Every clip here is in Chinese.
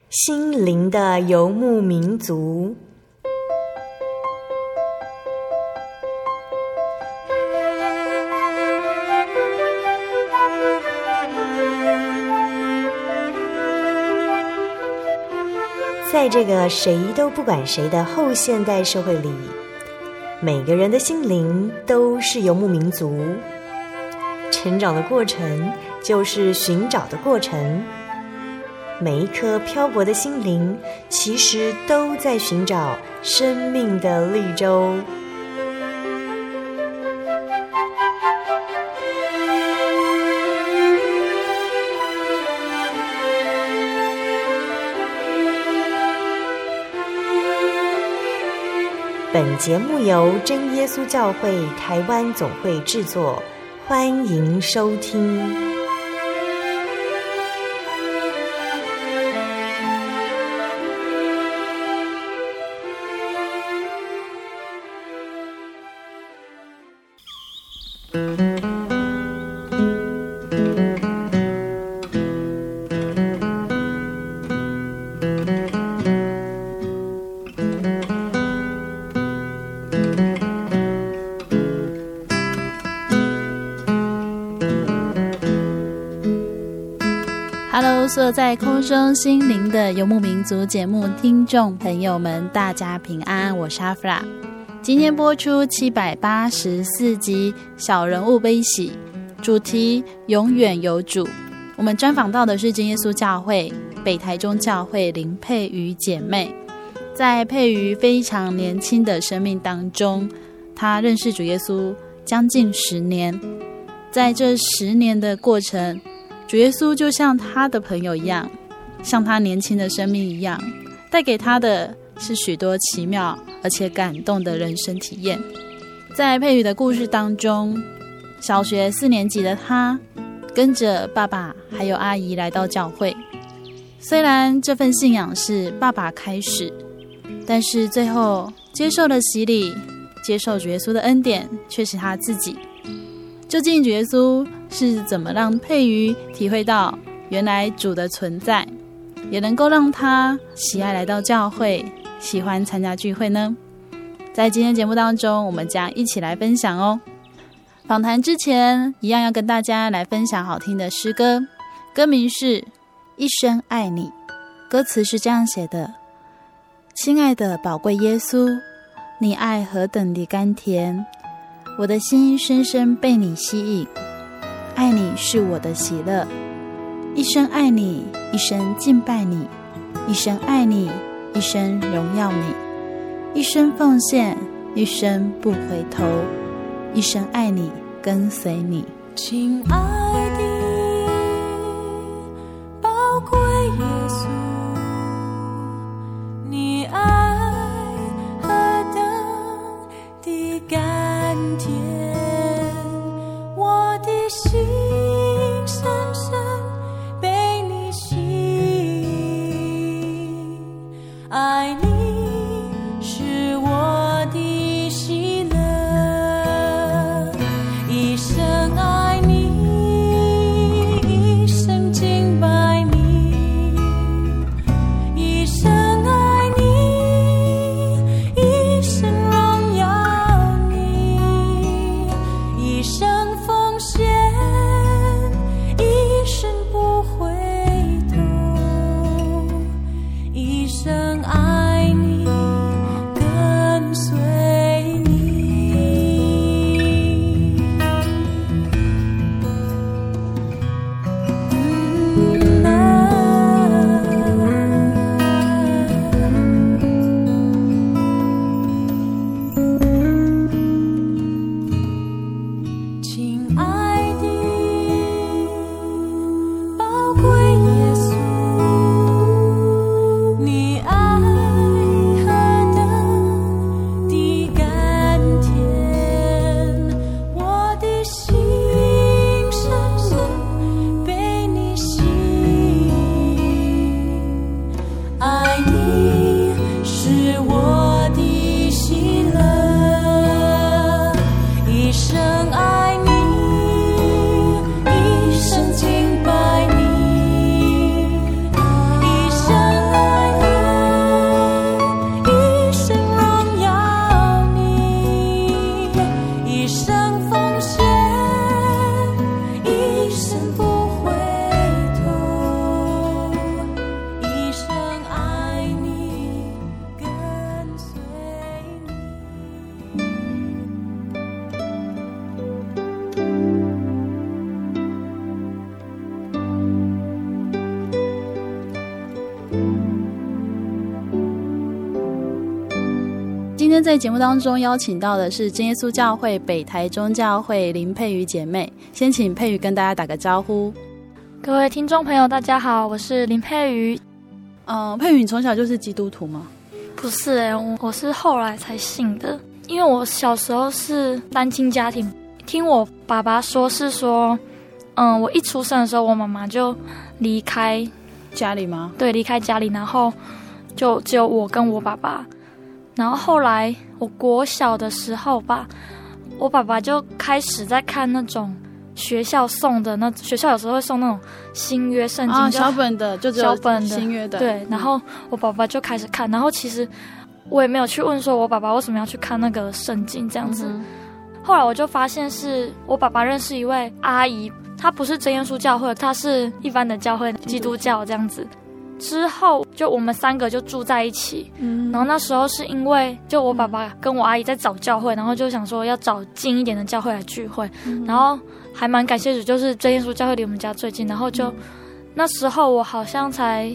心灵的游牧民族。在这个谁都不管谁的后现代社会里，每个人的心灵都是游牧民族。成长的过程就是寻找的过程，每一颗漂泊的心灵其实都在寻找生命的绿洲。本节目由真耶稣教会台湾总会制作，欢迎收听。 所有在空中心灵的游牧民族节目听众朋友们，大家平安，我是阿弗拉。今天播出784集小人物悲喜，主题永远有主。我们专访到的是真耶稣教会北台中教会林佩瑜姐妹。在佩瑜非常年轻的生命当中，她认识主耶稣将近10年，在这10年的过程，主耶稣就像他的朋友一样，像他年轻的生命一样，带给他的是许多奇妙而且感动的人生体验。在佩瑜的故事当中，小学4年级的他跟着爸爸还有阿姨来到教会，虽然这份信仰是爸爸开始，但是最后接受了洗礼，接受主耶稣的恩典却是他自己。究竟主耶稣是怎么让佩瑜体会到原来主的存在，也能够让他喜爱来到教会，喜欢参加聚会呢？在今天节目当中，我们将一起来分享哦。访谈之前，一样要跟大家来分享好听的诗歌，歌名是《一生爱你》，歌词是这样写的：亲爱的宝贵耶稣，你爱何等的甘甜，我的心深深被你吸引，爱你是我的喜乐，一生爱你，一生敬拜你，一生爱你，一生荣耀你，一生奉献，一生不回头，一生爱你，跟随你。 亲爱的宝贵耶稣，你爱何等的甘甜，我的心深深被你吸引，爱你是我的喜乐，一生爱你，一生敬拜你，一生爱你，一生荣耀你，一生奉献，一生不回头，一生爱你。 今天在节目当中邀请到的是真耶稣教会北台中教会林佩瑜姐妹，先请佩瑜跟大家打个招呼。 各位听众朋友大家好，我是林佩瑜。 佩瑜，你从小就是基督徒吗？ 不是我是后来才信的，因为我小时候是单亲家庭，听我爸爸说是说，我一出生的时候我妈妈就离开家里吗？ 对，离开家里，然后就只有我跟我爸爸。然后后来我国小的时候吧，我爸爸就开始在看那种学校送的学校有时候会送那种新约圣经， 小本的，就只有新约的。 对，然后我爸爸就开始看，然后其实我也没有去问说我爸爸为什么要去看那个圣经这样子。后来我就发现是我爸爸认识一位阿姨，她不是真耶稣教会，她是一般的教会，基督教这样子。之后就我们3个就住在一起，然后那时候是因为就我爸爸跟我阿姨在找教会，然后就想说要找近一点的教会来聚会，然后还蛮感谢主，就是真耶稣教会离我们家最近，然后就那时候我好像才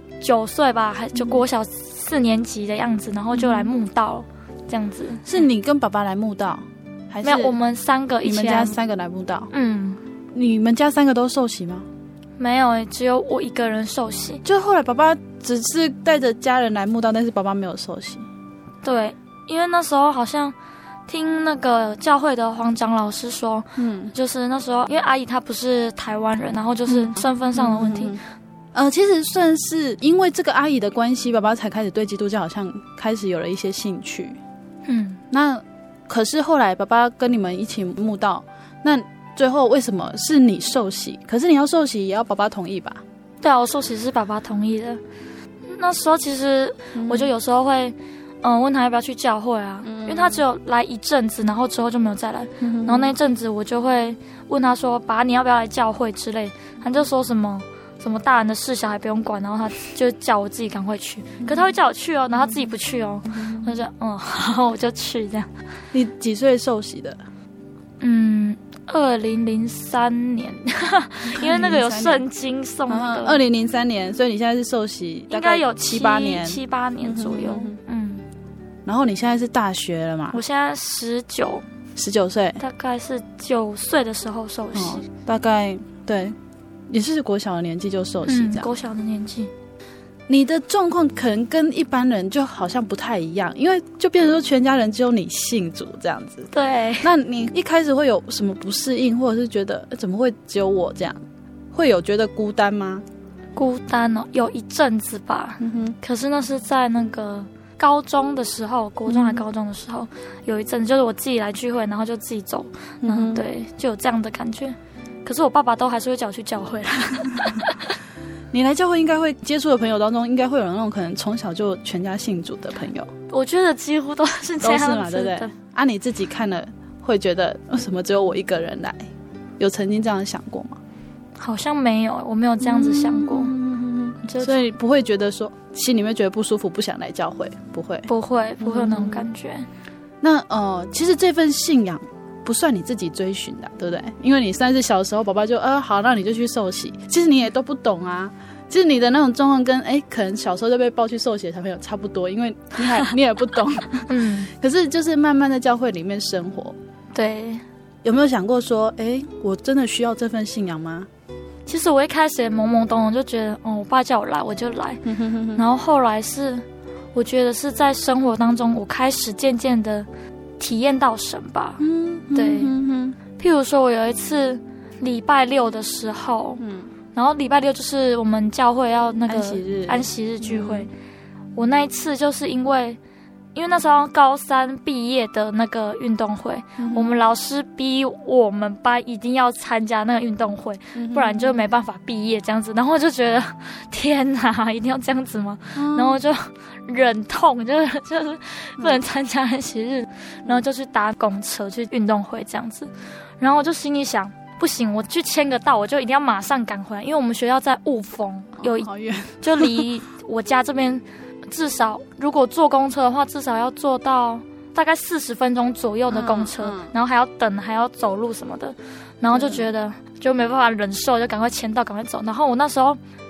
9岁吧，还就国小4年级的样子，然后就来慕道这样子。 是你跟爸爸来慕道，还是没有？我们3个一起。 你们家3个来慕道？ 你们家3个都受洗吗？ 没有只有我一个人受洗。 就后来爸爸只是带着家人来慕道，但是爸爸没有受洗。 对，因为那时候好像听那个教会的黄长老师说，就是那时候因为阿姨她不是台湾人，然后就是身份上的问题。 其实算是因为这个阿姨的关系，爸爸才开始对基督教好像开始有了一些兴趣。那可是后来爸爸跟你们一起慕道，那最后为什么是你受洗？可是你要受洗也要爸爸同意吧？ 对啊，我受洗是爸爸同意的。那时候其实我就有时候会问他要不要去教会啊，因为他只有来一阵子，然后之后就没有再来。然后那一阵子我就会问他说：“爸，你要不要来教会之类？”他就说什么大人的事小孩不用管，然后他就叫我自己赶快去。可他会叫我去然后他自己不去我就好，我就去这样。 你几岁受洗的 ？2003年，因为那个有圣经送的。 2003年，所以你现在是受洗大概应该有 7-8年 ，7-8年左右。 然后你现在是大学了嘛？ 我现在19 岁， 大概是9岁的时候受洗。 大概对，也是国小的年纪就受洗这样。 国小的年纪。 你的状况可能跟一般人就好像不太一样，因为就变成说全家人只有你信主这样子。 对。 那你一开始会有什么不适应，或者是觉得怎么会只有我这样？会有觉得孤单吗？ 孤单有一阵子吧。可是那是在那个高中的时候，国中还高中的时候，有一阵子就是我自己来聚会，然后就自己走。对，就有这样的感觉。可是我爸爸都还是会叫我去教会啦。 你来教会应该会接触的朋友当中，应该会有那种可能从小就全家信主的朋友。 我觉得几乎都是这样子的， 嘛，对不对？你自己看了会觉得为什么只有我一个人来？有曾经这样想过吗？ 好像没有，我没有这样子想过。 所以不会觉得说心里面觉得不舒服，不想来教会，不会有那种感觉。 那其实这份信仰不算你自己追寻的，对不对？因为你算是小时候，爸爸就好，那你就去受洗。其实你也都不懂啊，其实你的那种状况跟可能小时候就被抱去受洗的小朋友差不多，因为你也不懂。可是就是慢慢在教会里面生活。 对， 有没有想过说，我真的需要这份信仰吗？ 其实我一开始也懵懵懂懂，就觉得我爸叫我来我就来。然后后来是我觉得是在生活当中，我开始渐渐的体验到神吧。对，譬如说我有一次礼拜6的时候，然后礼拜6就是我们教会要那个安息日聚会。我那一次就是因为那时候高3毕业的那个运动会，我们老师逼我们班一定要参加那个运动会，不然就没办法毕业这样子。然后我就觉得天哪，一定要这样子吗？然后就忍痛就是不能参加安息日，然后就去搭公车去运动会这样子。然后我就心里想，不行，我去签个到，我就一定要马上赶回来，因为我们学校在雾峰， 好远， 就离我家这边至少如果坐公车的话，至少要坐到大概40分钟左右的公车，然后还要等，还要走路什么的，然后就觉得就没办法忍受，就赶快签到赶快走。然后我那时候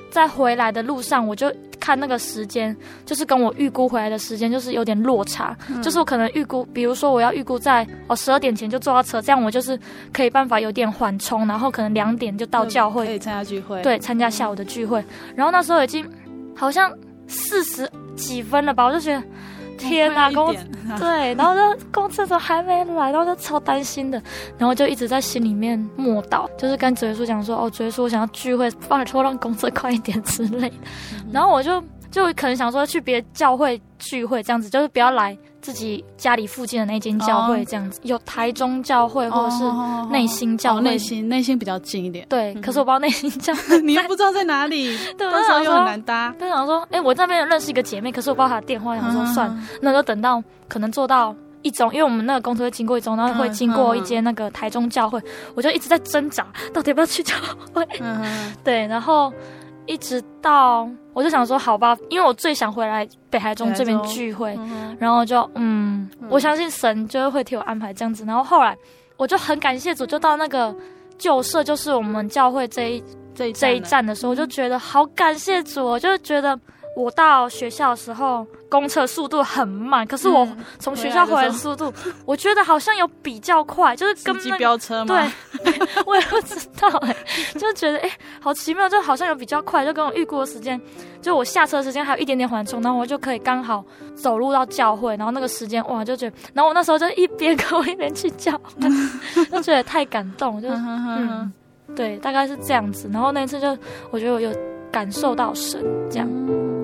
在回来的路上，我就看那个时间，就是跟我预估回来的时间就是有点落差，就是我可能预估，比如说我要预估在12点前就坐到车，这样我就是可以办法有点缓冲，然后可能2点就到教会， 可以参加聚会， 对，参加下午的聚会。然后那时候已经好像40几分了吧，我就觉得天哪，对，然后就公车怎么还没来，然后就超担心的，然后就一直在心里面默祷，就是跟主耶稣讲说，哦，主耶稣，我想要聚会，拜托让公车快一点之类的。然后我就可能想说去别教会聚会这样子，就是不要来自己家里附近的那间教会这样子，有台中教会或者是内心教会， 内心比较近一点。 对，可是我不知道内心教会， 你又不知道在哪里， 对， 到时候又很难搭。 对，想说，我那边认识一个姐妹，可是我不知道她的电话，想说算了，那就等到可能坐到一中，因为我们那个公车会经过一中，然后会经过一间那个台中教会，我就一直在挣扎，到底要不要去教会？对，然后一直到我就想说好吧，因为我最想回来北台中这边聚会，然后就我相信神就会替我安排这样子。然后后来我就很感谢主，就到那个旧社，就是我们教会这一站的时候，我就觉得好感谢主，我就觉得我到学校的时候公车速度很慢，可是我从学校回来的速度，我觉得好像有比较快，就是跟司机飙车吗？ 对，我也不知道就觉得好奇妙，就好像有比较快，就跟我预估的时间，就我下车的时间还有一点点缓冲，然后我就可以刚好走路到教会，然后那个时间哇，就觉得，然后我那时候就一边跟我一边去教会，就觉得太感动，就对，大概是这样子。然后那一次就我觉得我有感受到神这样。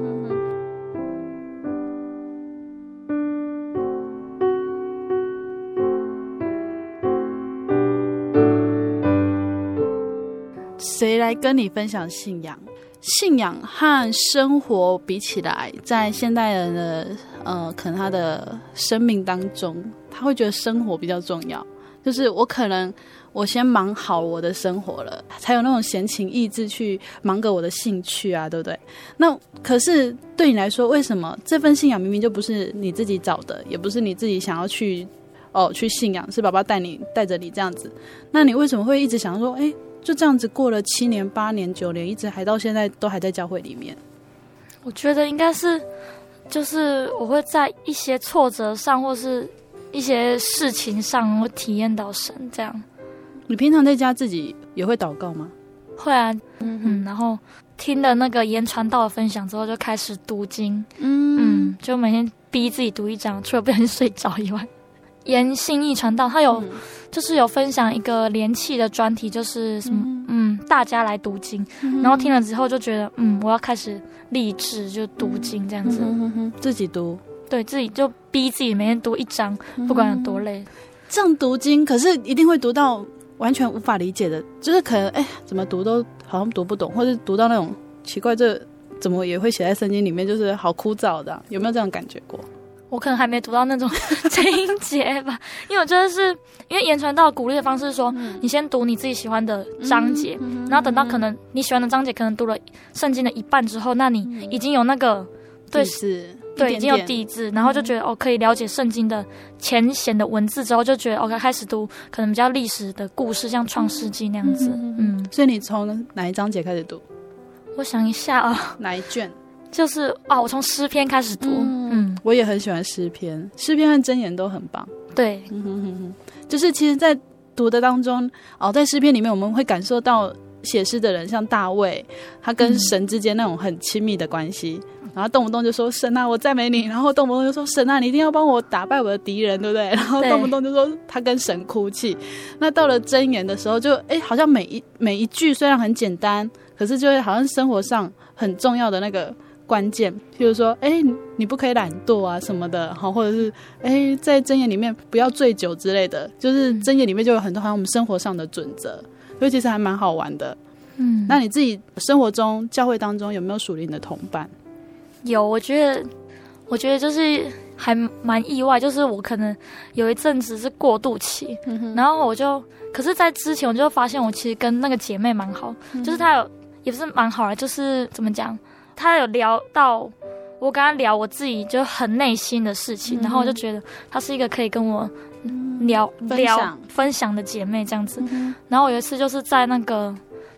谁来跟你分享信仰？信仰和生活比起来，在现代人的可能他的生命当中，他会觉得生活比较重要。就是我先忙好我的生活了，才有那种闲情逸致去忙个我的兴趣啊，对不对？那可是对你来说，为什么这份信仰明明就不是你自己找的，也不是你自己想要去信仰，是爸爸带着你这样子？那你为什么会一直想说，就这样子过了7年、8年、9年，一直还到现在都还在教会里面？ 我觉得应该是，就是我会在一些挫折上，或是一些事情上，会体验到神这样。 你平常在家自己也会祷告吗？ 会啊，然后听了那个言传道的分享之后，就开始读经，就每天逼自己读一章，除了不小心睡着以外。言信义传道，他就是有分享一个连气的专题，就是什么大家来读经，然后听了之后就觉得我要开始立志就读经这样子， 自己读，对， 自己就逼自己每天读一章，不管有多累。 这样读经，可是一定会读到完全无法理解的，就是可能怎么读都好像读不懂，或者读到那种奇怪，这怎么也会写在圣经里面，就是好枯燥的，有没有这样感觉过？ 我可能还没读到那种情节吧，因为我觉得是因为言传道鼓励的方式是说，你先读你自己喜欢的章节，然后等到可能你喜欢的章节可能读了圣经的一半之后，那你已经有那个对已经有底子，然后就觉得可以了解圣经的浅显的文字之后，就觉得开始读可能比较历史的故事，像创世纪那样子。 所以你从哪一章节开始读？ 我想一下哪一卷？ 就是我从诗篇开始读。 我也很喜欢诗篇和箴言都很棒。 对， 就是其实在读的当中在诗篇里面我们会感受到写诗的人像大卫，他跟神之间那种很亲密的关系，然后动不动就说神啊我赞美你，然后动不动就说神啊你一定要帮我打败我的敌人，对不对？然后动不动就说他跟神哭泣。那到了箴言的时候就好像每一句虽然很简单，可是就会好像生活上很重要的那个关键，譬如说你不可以懒惰啊什么的，或者是在箴言里面不要醉酒之类的，就是箴言里面就有很多好像我们生活上的准则，所以其实还蛮好玩的。那你自己生活中教会当中有没有属灵的同伴？ 有，我觉得就是还蛮意外，就是我可能有一阵子是过渡期，然后可是在之前我就发现我其实跟那个姐妹蛮好，就是她也不是蛮好的，就是怎么讲，她有聊到我跟她聊我自己就很内心的事情，然后我就觉得她是一个可以跟我分享的姐妹这样子。然后有一次就是在那个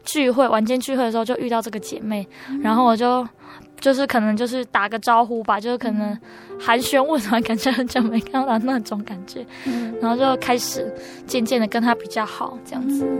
聚会晚间聚会的时候就遇到这个姐妹，然后我就是可能就是打个招呼吧，就是可能寒暄问暖，感觉很久没看到那种感觉，然后就开始渐渐的跟她比较好，这样子。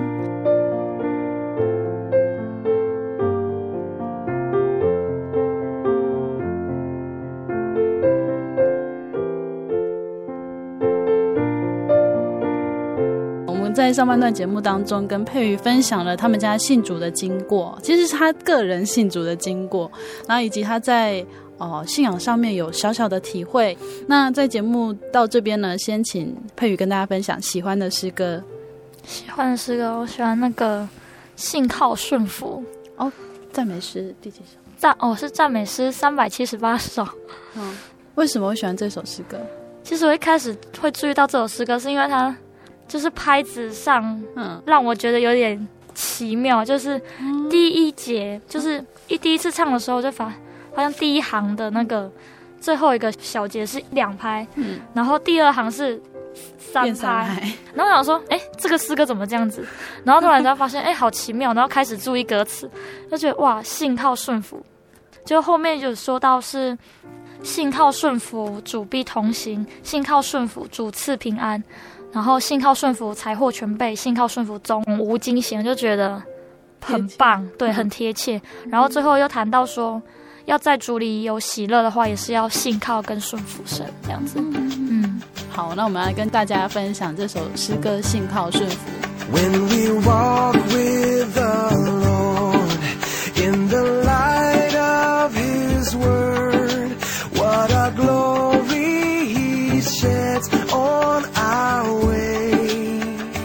在上半段节目当中跟佩瑜分享了他们家信主的经过，其实是他个人信主的经过，然后以及他在信仰上面有小小的体会。那在节目到这边呢，先请佩瑜跟大家分享喜欢的诗歌。 喜欢的诗歌，我喜欢那个信靠顺服。 赞美诗第几首？ 是赞美诗378首。 为什么会喜欢这首诗歌？ 其实我一开始会注意到这首诗歌，是因为它就是拍子上，让我觉得有点奇妙。就是第一节，就是第一次唱的时候，就发现第一行的那个最后一个小节是2拍，然后第二行是3拍，然后我想说，这个诗歌怎么这样子？然后突然才发现，好奇妙，然后开始注意歌词，就觉得哇，信靠顺服。就后面有说到是信靠顺服，主必同行；信靠顺服，主赐平安。然后信靠顺服，财货全备；信靠顺服，总无惊险。就觉得很棒，对，很贴切。然后最后又谈到说，要在主里有喜乐的话，也是要信靠跟顺服神，这样子。 好，那我们来跟大家分享这首诗歌《信靠顺服》。 When we walk with the Lord in the light of His word, what a glory He sheds on our way.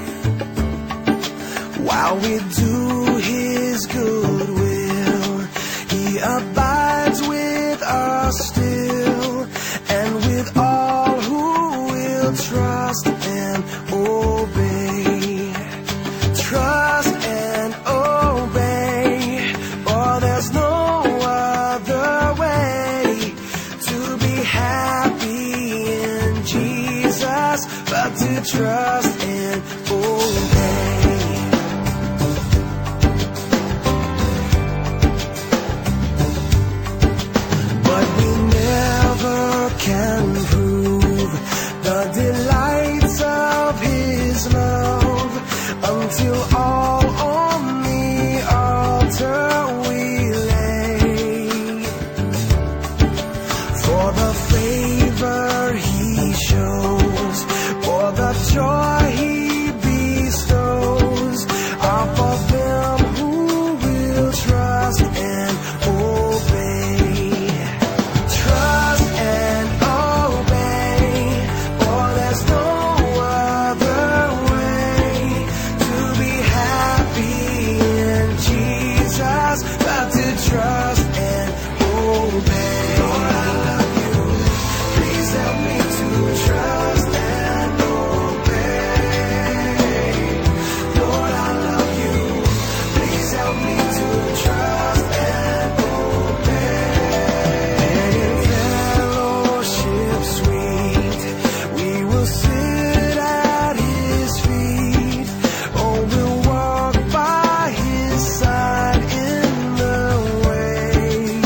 While we do His good will, He abides with us still, and with all who will trust and obey. Trust and obey, for there's no other way to be happy in Jesus but to trust and obey. But we never can prove the delights of His love until all on the altar we lay. For the favor He shows, for the joy He bestows, are for them who will trust and obey. Trust and obey, for there's no other way to be happy in Jesus but to trust and obey. Lord, I love you. Please help me to trust and obey. Lord, I love you. Please help me to trust and obey. And in fellowship sweet, we will sit at His feet. Oh, we'll walk by His side in the way.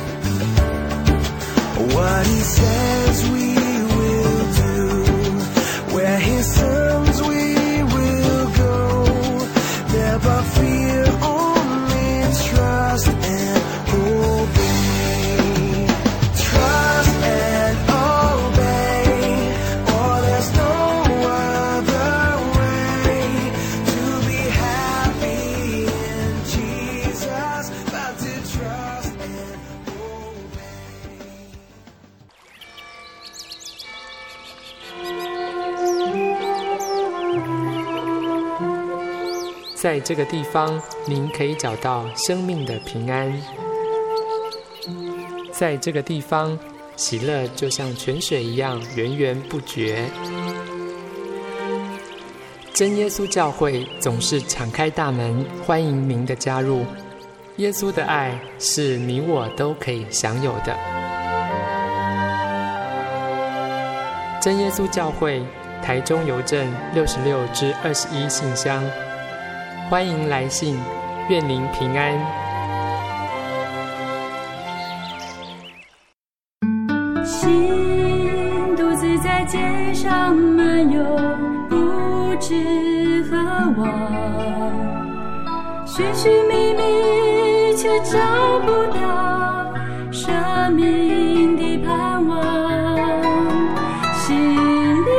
What He says we will do, where His sons we will go. Never fear, only trust and obey. Trust and obey, for there's no other way to be happy in Jesus but to trust and obey. 在这个地方，您可以找到生命的平安。在这个地方，喜乐就像泉水一样源源不绝。真耶稣教会总是敞开大门，欢迎您的加入。耶稣的爱是你我都可以享有的。真耶稣教会，台中邮政66-21信箱。欢迎来信愿您平安。 心独自在街上漫游，不知何往，寻寻觅觅却找不到生命的盼望，心灵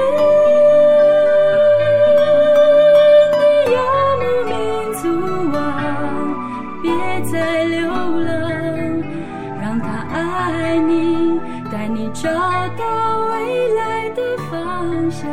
的游牧民族啊，别再流浪，让他爱你，带你找到未来的方向。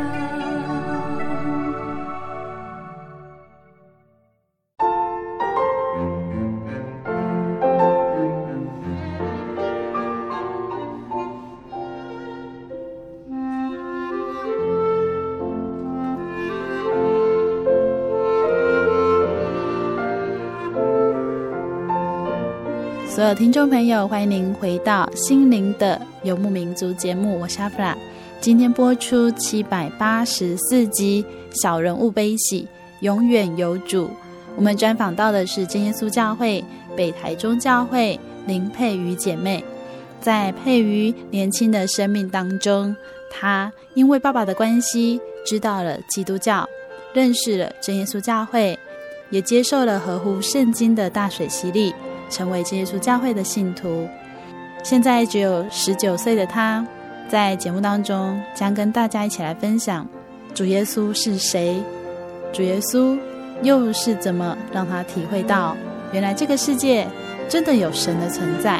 所有听众朋友，欢迎您回到心灵的游牧民族节目，我是阿弗拉。今天播出784集小人物悲喜，永远有主。我们专访到的是真耶稣教会北台中教会林佩瑜姐妹。在佩瑜年轻的生命当中，她因为爸爸的关系知道了基督教，认识了真耶稣教会，也接受了合乎圣经的大水洗礼，成为真耶稣教会的信徒。现在只有19岁的他，在节目当中将跟大家一起来分享主耶稣是谁，主耶稣又是怎么让他体会到原来这个世界真的有神的存在。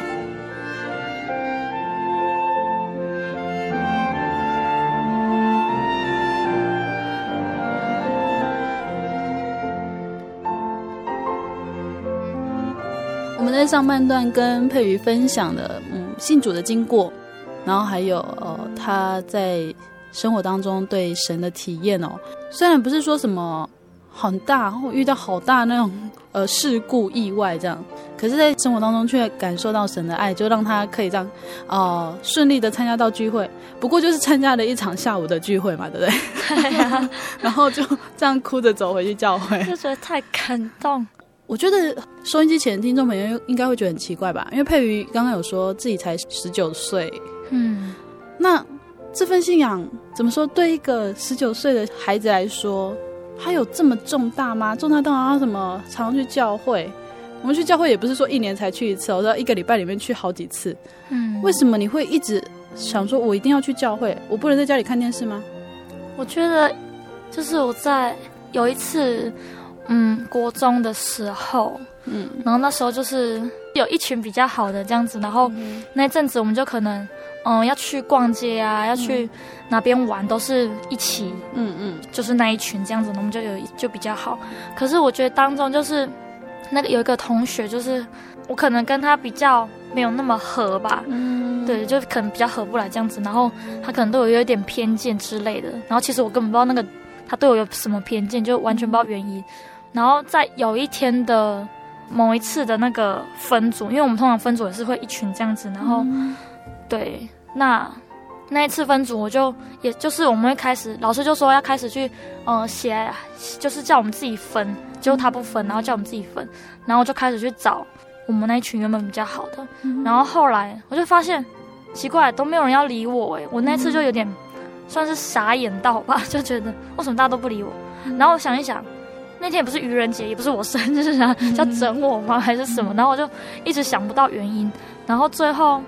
我们在上半段跟佩瑜分享的信主的经过，然后还有他在生活当中对神的体验哦。虽然不是说什么很大，然后遇到好大那种事故意外这样，可是在生活当中却感受到神的爱，就让他可以这样顺利的参加到聚会。不过就是参加了一场下午的聚会嘛，对不对？ 对啊， 然后就这样哭着走回去教会， 就觉得太感动。 我觉得收音机前的听众朋友应该会觉得很奇怪吧，因为佩瑜刚刚有说自己才19岁，那这份信仰怎么说对一个19岁的孩子来说，他有这么重大吗？重大到他什么常去教会？我们去教会也不是说1年才去一次，我知道1个礼拜里面去好几次。为什么你会一直想说我一定要去教会，我不能在家里看电视吗？ 我觉得就是我在有一次国中的时候，然后那时候就是有一群比较好的这样子，然后那一阵子我们就可能要去逛街啊，要去哪边玩，都是一起，就是那一群这样子，我们就比较好。可是我觉得当中就是那个有一个同学，就是我可能跟他比较没有那么合吧，对，就可能比较合不来这样子，然后他可能对我有一点偏见之类的，然后其实我根本不知道那个他对我有什么偏见，就完全不知道原因。然后在有一天的某一次的那个分组，因为我们通常分组也是会一群这样子，然后对，那一次分组也就是我们会开始，老师就说要开始去写，就是叫我们自己分，结果他不分，然后叫我们自己分，然后我就开始去找我们那一群原本比较好的，然后后来我就发现奇怪，都没有人要理我我那次就有点算是傻眼到吧，就觉得为什么大家都不理我，然后我想一想，那天也不是愚人节，也不是我生日啊，要整我吗还是什么，然后我就一直想不到原因，然后最后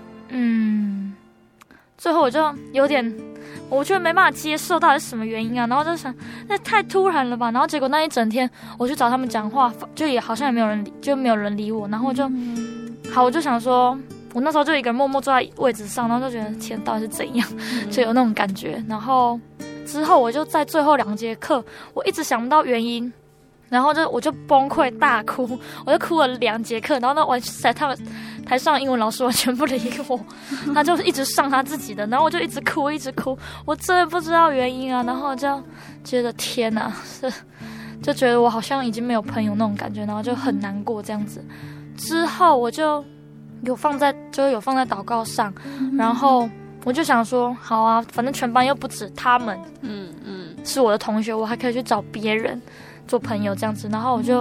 我就有点我觉得没办法接受到底是什么原因啊，然后就想那太突然了吧，然后结果那一整天我去找他们讲话，就也好像也没有人理我，然后我就想说，我那时候就一个人默默坐在位置上，然后就觉得天到底是怎样，就有那种感觉。然后之后我就在最后2节课，我一直想不到原因，然后我就崩溃大哭，我就哭了2节课，然后他们台上的英文老师完全不理我，他就一直上他自己的，然后我就一直哭，我真的不知道原因啊，然后就觉得天哪，就觉得我好像已经没有朋友那种感觉，然后就很难过这样子。之后我就有放在祷告上，然后我就想说，好啊，反正全班又不止他们，是我的同学，我还可以去找别人做朋友这样子。然后我就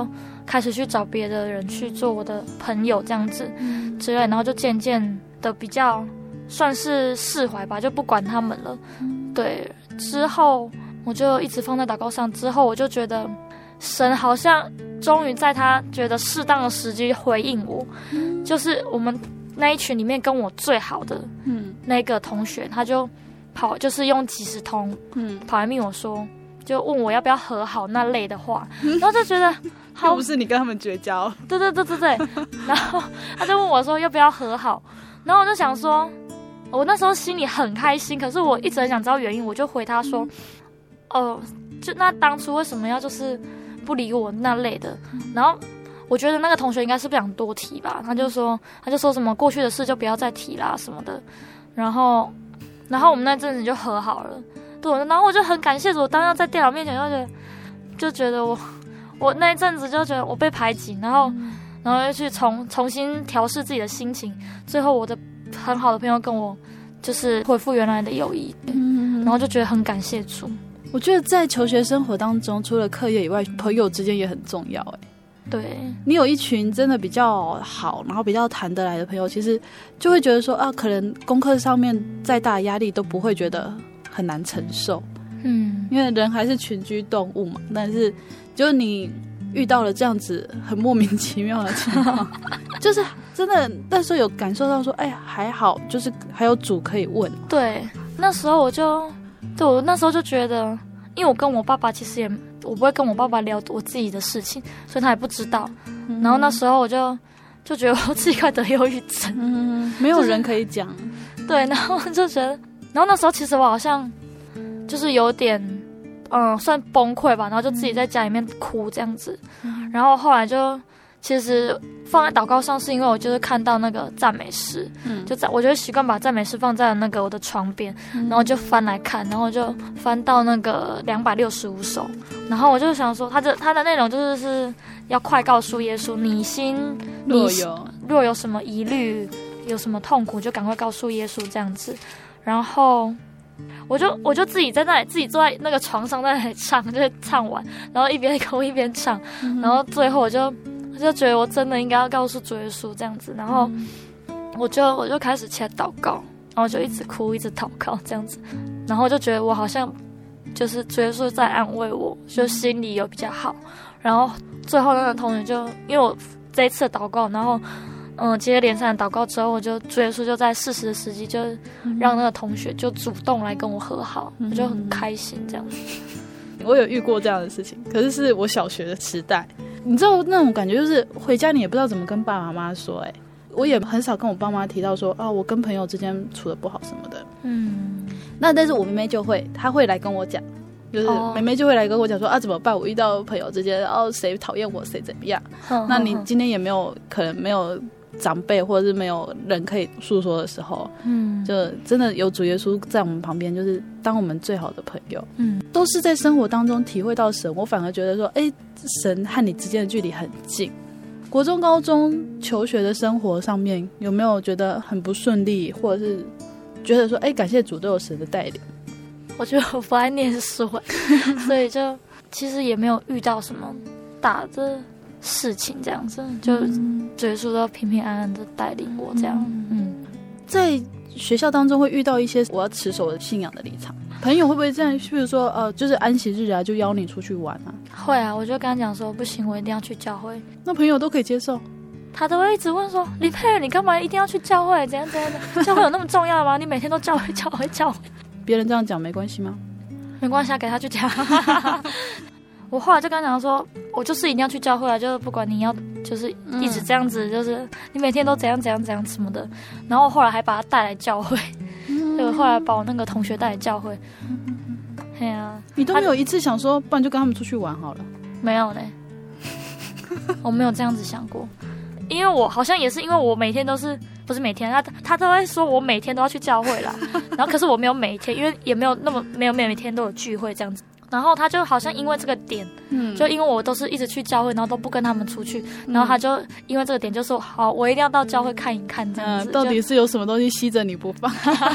开始去找别的人去做我的朋友这样子之类，然后就渐渐的比较算是释怀吧，就不管他们了。对，之后我就一直放在祷告上，之后我就觉得神好像终于在他觉得适当的时机回应我，就是我们那一群里面跟我最好的那个同学，他就就是用即时通跑来密我说，就问我要不要和好那类的话，然后就觉得好， 又不是你跟他们绝交， 对，然后他就问我说要不要和好，然后我就想说，我那时候心里很开心，可是我一直很想知道原因，我就回他说，就那当初为什么要就是不理我那类的，然后我觉得那个同学应该是不想多提吧，他就说什么过去的事就不要再提啦什么的，然后我们那阵子就和好了，对，然后我就很感谢主，我当时在电脑面前就觉得我那一阵子就觉得我被排挤，然后又去重新调试自己的心情，最后我的很好的朋友跟我就是恢复原来的友谊，然后就觉得很感谢主。 我觉得在求学生活当中，除了课业以外，朋友之间也很重要。 对， 你有一群真的比较好，然后比较谈得来的朋友，其实就会觉得说可能功课上面再大的压力都不会觉得很难承受。因为人还是群居动物嘛，但是就是你遇到了这样子很莫名其妙的情况，就是真的那时候有感受到说，还好，就是还有主可以问。 对，那时候我那时候就觉得，因为我跟我爸爸其实我不会跟我爸爸聊我自己的事情，所以他也不知道。然后那时候我就觉得我自己快得忧郁症， 没有人可以讲。 对，然后就觉得，然后那时候其实我好像就是有点算崩溃吧，然后就自己在家里面哭这样子。然后后来就其实放在祷告上，是因为我就是看到那个赞美诗，我就习惯把赞美诗放在那个我的床边，然后就翻来看，然后就翻到那个265首，然后我就想说，它的内容就是要快告诉耶稣，你心若有什么疑虑，有什么痛苦，就赶快告诉耶稣这样子。然后我就自己在那里，自己坐在那个床上在那里唱，就唱完，然后一边哭一边唱，然后最后我就觉得我真的应该要告诉主耶稣这样子，然后我就开始起来祷告，然后就一直哭一直祷告这样子，然后就觉得我好像就是主耶稣在安慰我，就心里有比较好。然后最后那个同学就因为我这一次的祷告，然后接连三的祷告之后，主耶稣就在适时的时机就让那个同学就主动来跟我和好，我就很开心这样子。 我有遇过这样的事情，可是我小学的时代，你知道那种感觉，就是回家你也不知道怎么跟爸爸妈妈说。我也很少跟我爸妈提到说我跟朋友之间处得不好什么的。那但是我妹妹就会，她会来跟我讲，就是妹妹就会来跟我讲说怎么办，我遇到朋友之间谁讨厌我谁怎么样。那你今天也没有可能没有长辈或者是没有人可以诉说的时候，就真的有主耶稣在我们旁边，就是当我们最好的朋友。都是在生活当中体会到神，我反而觉得说神和你之间的距离很近。国中高中求学的生活上面有没有觉得很不顺利，或者是觉得说感谢主都有神的带领？ 我觉得我不爱念书所以就其实也没有遇到什么大的事情这样子，就主耶稣都平平安安的带领我这样。 在学校当中会遇到一些我要持守的信仰的立场，朋友会不会这样，譬如说就是安息日就邀你出去玩啊？ 会啊，我就跟他讲说不行，我一定要去教会。 那朋友都可以接受？ 他都会一直问说李佩儿，你干嘛一定要去教会？怎样的？教会有那么重要吗？你每天都教会。 别人这样讲没关系吗？ 没关系，给他去讲。我后来就跟他讲说，我就是一定要去教会啊，就是不管你要就是一直这样子，就是你每天都怎样什么的。然后后来还把他带来教会，对，后来把我那个同学带来教会。对啊， 你都没有一次想说，不然就跟他们出去玩好了？没有嘞，我没有这样子想过，因为我好像也是因为我每天都是不是每天，他都会说我每天都要去教会啦，然后可是我没有每天，因为也没有每天都有聚会这样子。然后他就好像因为这个点，就因为我都是一直去教会，然后都不跟他们出去，然后他就因为这个点就说好，我一定要到教会看一看这样子。 到底是有什么东西吸着你不放？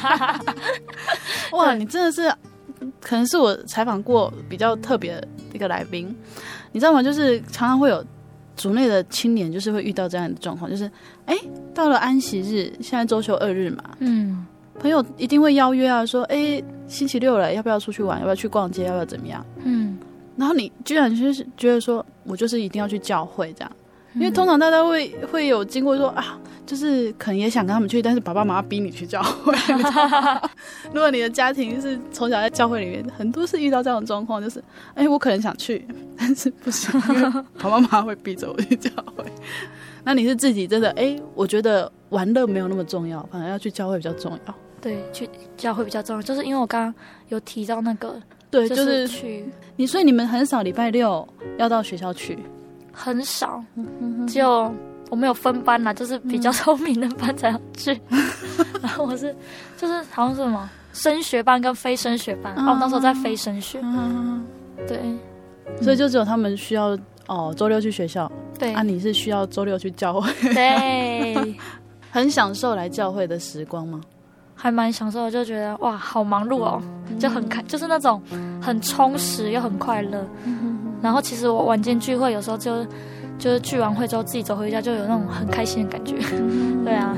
哇，你真的是，可能是我采访过比较特别的一个来宾，你知道吗？就是常常会有组内的青年就是会遇到这样的状况，就是到了安息日，现在周休2日嘛，朋友一定会邀约啊，说星期六了，要不要出去玩？要不要去逛街？要不要怎么样？然后你居然就是觉得说，我就是一定要去教会这样，因为通常大家会有经过说啊，就是可能也想跟他们去，但是爸爸妈妈逼你去教会。如果你的家庭是从小在教会里面，很多是遇到这种状况，就是我可能想去，但是不行，因为爸爸妈妈会逼着我去教会。那你是自己真的我觉得玩乐没有那么重要，反而要去教会比较重要。 对，去教会比较重要，就是因为我刚刚有提到那个， 对， 就是去所以你们很少礼拜六要到学校去， 很少，只有我们有分班啦，就是比较聪明的班才要去。然后我就是好像是什么升学班跟非升学班，我那时候在非升学，对， 所以就只有他们需要周六去学校， 对啊，你是需要周六去教会， 对， 很享受来教会的时光吗？ 还蛮享受的，就觉得哇，好忙碌哦，就很就是那种很充实又很快乐。然后其实我晚间聚会有时候就是聚完会之后自己走回家，就有那种很开心的感觉。对啊。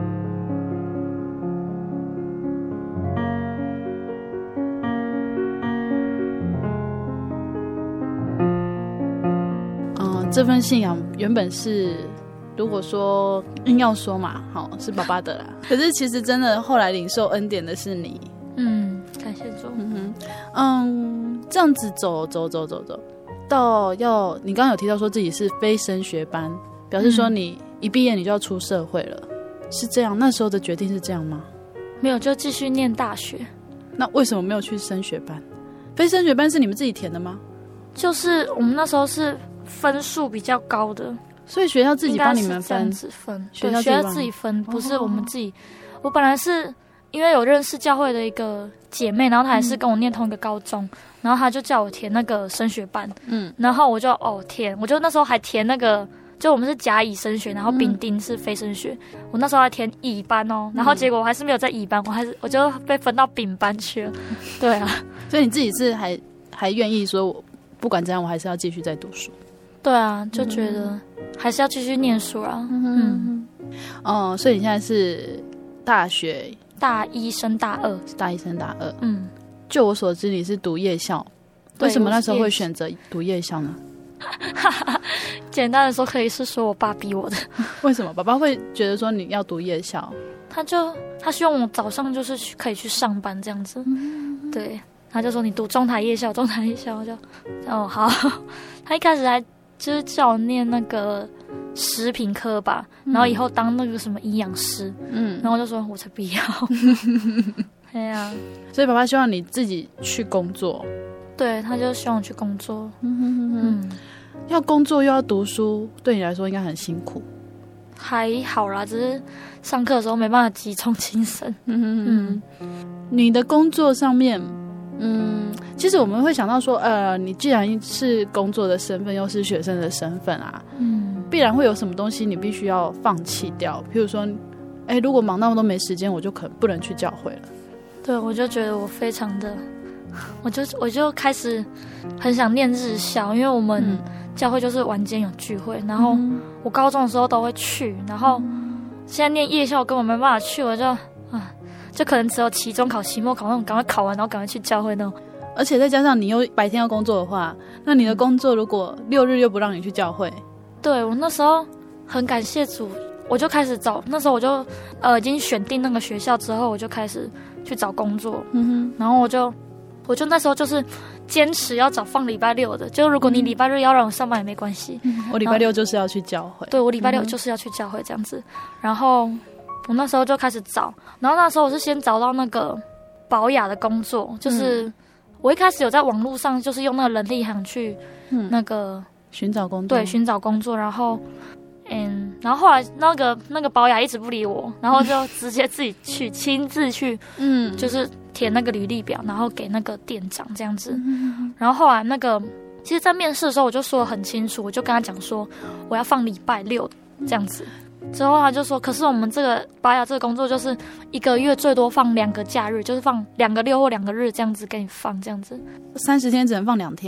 这份信仰原本是，如果说硬要说嘛，是爸爸的啦。可是其实真的后来领受恩典的是你。 感谢主。 这样子走到你刚刚有提到说自己是非升学班，表示说你一毕业你就要出社会了，是这样？那时候的决定是这样吗？ 没有，就继续念大学。 那为什么没有去升学班？非升学班是你们自己填的吗？ 就是我们那时候是分数比较高的， 所以学校自己帮你们分， 学校自己分，不是我们自己。我本来是因为有认识教会的一个姐妹，然后她也是跟我念同一个高中，然后她就叫我填那个升学班，然后我就填，我就那时候还填那个，就我们是甲乙升学，然后丙丁是非升学，我那时候还填乙班哦，然后结果我还是没有在乙班，我就被分到丙班去了。对啊， 所以你自己是还愿意说，我不管怎样，我还是要继续再读书。 对啊，就觉得还是要继续念书啊。 所以你现在是大学大一升大二， 大一升大二。就我所知，你是读夜校，为什么那时候会选择读夜校呢？ 简单的说，可以是说我爸逼我的。 为什么爸爸会觉得说你要读夜校？ 他希望我早上就是可以去上班这样子。对，他就说你读中台夜校，我就好。他一开始还就是叫我念那个食品科吧，然后以后当那个什么营养师。然后我就说我才不要。对啊， 所以爸爸希望你自己去工作。 对，他就希望我去工作。 要工作又要读书，对你来说应该很辛苦。 还好啦，只是上课的时候没办法集中精神。 你的工作上面，其实我们会想到说，你既然是工作的身份，又是学生的身份啊，必然会有什么东西你必须要放弃掉。譬如说，如果忙到都没时间，我就可能不能去教会了。 对，我就觉得我非常的，我就开始很想念日校，因为我们教会就是晚间有聚会，然后我高中的时候都会去，然后现在念夜校我根本没办法去，我就可能只有期中考、期末考那种，赶快考完然后赶快去教会那种。 而且再加上你又白天要工作的话，那你的工作如果6日又不让你去教会， 对，我那时候很感谢主，我就开始找，那时候我就已经选定那个学校之后，我就开始去找工作。然后我就那时候就是坚持要找放礼拜六的，就如果你礼拜日要让我上班也没关系， 我礼拜六就是要去教会。 对，我礼拜六就是要去教会这样子。然后我那时候就开始找，然后那时候我是先找到那个保雅的工作，就是我一开始有在网络上就是用那个人力行去那个寻找工作， 对，寻找工作，然后后来那个保雅一直不理我，然后就直接自己去亲自去，就是填那个履历表，然后给那个店长这样子。然后后来其实在面试的时候我就说得很清楚，我就跟他讲说我要放礼拜六这样子。之后他就说，可是我们这个保雅这个工作就是1个月最多放2个假日，就是放2个6或2个日这样子给你放这样子。 30天只能放2天。